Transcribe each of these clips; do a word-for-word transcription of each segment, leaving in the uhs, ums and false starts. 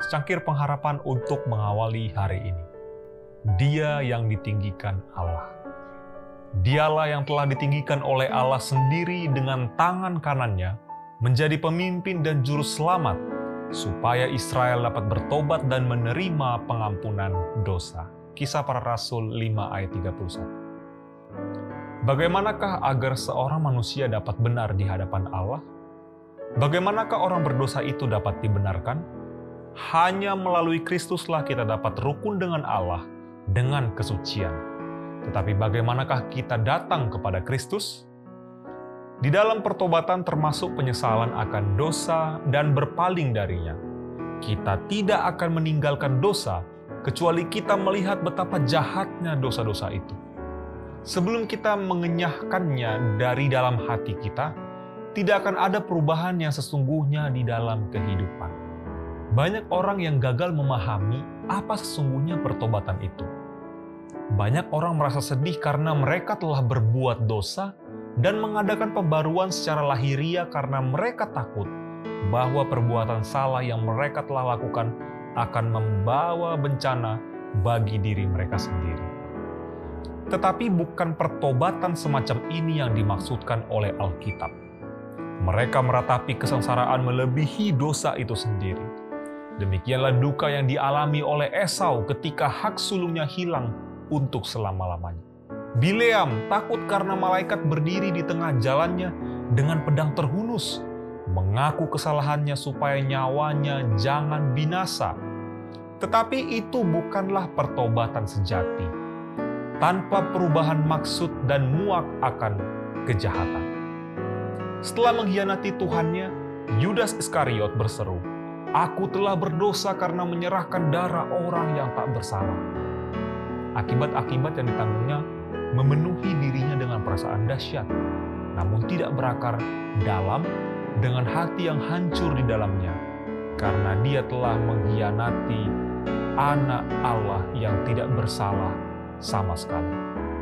secangkir pengharapan untuk mengawali hari ini. Dia yang ditinggikan Allah. Dialah yang telah ditinggikan oleh Allah sendiri dengan tangan kanannya menjadi pemimpin dan juru selamat, supaya Israel dapat bertobat dan menerima pengampunan dosa. Kisah Para Rasul lima ayat tiga puluh satu. Bagaimanakah agar seorang manusia dapat benar di hadapan Allah? Bagaimanakah orang berdosa itu dapat dibenarkan? Hanya melalui Kristuslah kita dapat rukun dengan Allah dengan kesucian. Tetapi bagaimanakah kita datang kepada Kristus? Di dalam pertobatan termasuk penyesalan akan dosa dan berpaling darinya. Kita tidak akan meninggalkan dosa kecuali kita melihat betapa jahatnya dosa-dosa itu. Sebelum kita mengenyahkannya dari dalam hati kita, tidak akan ada perubahan yang sesungguhnya di dalam kehidupan. Banyak orang yang gagal memahami apa sesungguhnya pertobatan itu. Banyak orang merasa sedih karena mereka telah berbuat dosa dan mengadakan pembaruan secara lahiriah karena mereka takut bahwa perbuatan salah yang mereka telah lakukan akan membawa bencana bagi diri mereka sendiri. Tetapi bukan pertobatan semacam ini yang dimaksudkan oleh Alkitab. Mereka meratapi kesengsaraan melebihi dosa itu sendiri. Demikianlah duka yang dialami oleh Esau ketika hak sulungnya hilang untuk selama-lamanya. Bileam takut karena malaikat berdiri di tengah jalannya dengan pedang terhunus, mengaku kesalahannya supaya nyawanya jangan binasa. Tetapi itu bukanlah pertobatan sejati. Tanpa perubahan maksud dan muak akan kejahatan. Setelah mengkhianati Tuhannya, Yudas Iskariot berseru, "Aku telah berdosa karena menyerahkan darah orang yang tak bersalah." Akibat-akibat yang ditanggungnya memenuhi dirinya dengan perasaan dahsyat, namun tidak berakar dalam dengan hati yang hancur di dalamnya, karena dia telah mengkhianati anak Allah yang tidak bersalah sama sekali.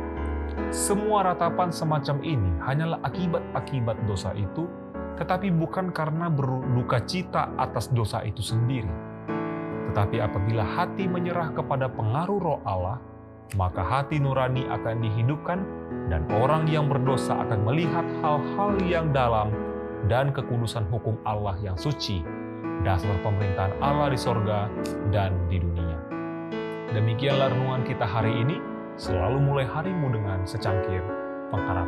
Semua ratapan semacam ini hanyalah akibat-akibat dosa itu, tetapi bukan karena berduka cita atas dosa itu sendiri. Tetapi apabila hati menyerah kepada pengaruh Roh Allah, maka hati nurani akan dihidupkan dan orang yang berdosa akan melihat hal-hal yang dalam dan kekudusan hukum Allah yang suci, dasar pemerintahan Allah di sorga dan di dunia. Demikianlah renungan kita hari ini. Selalu mulai harimu dengan secangkir pengharapan.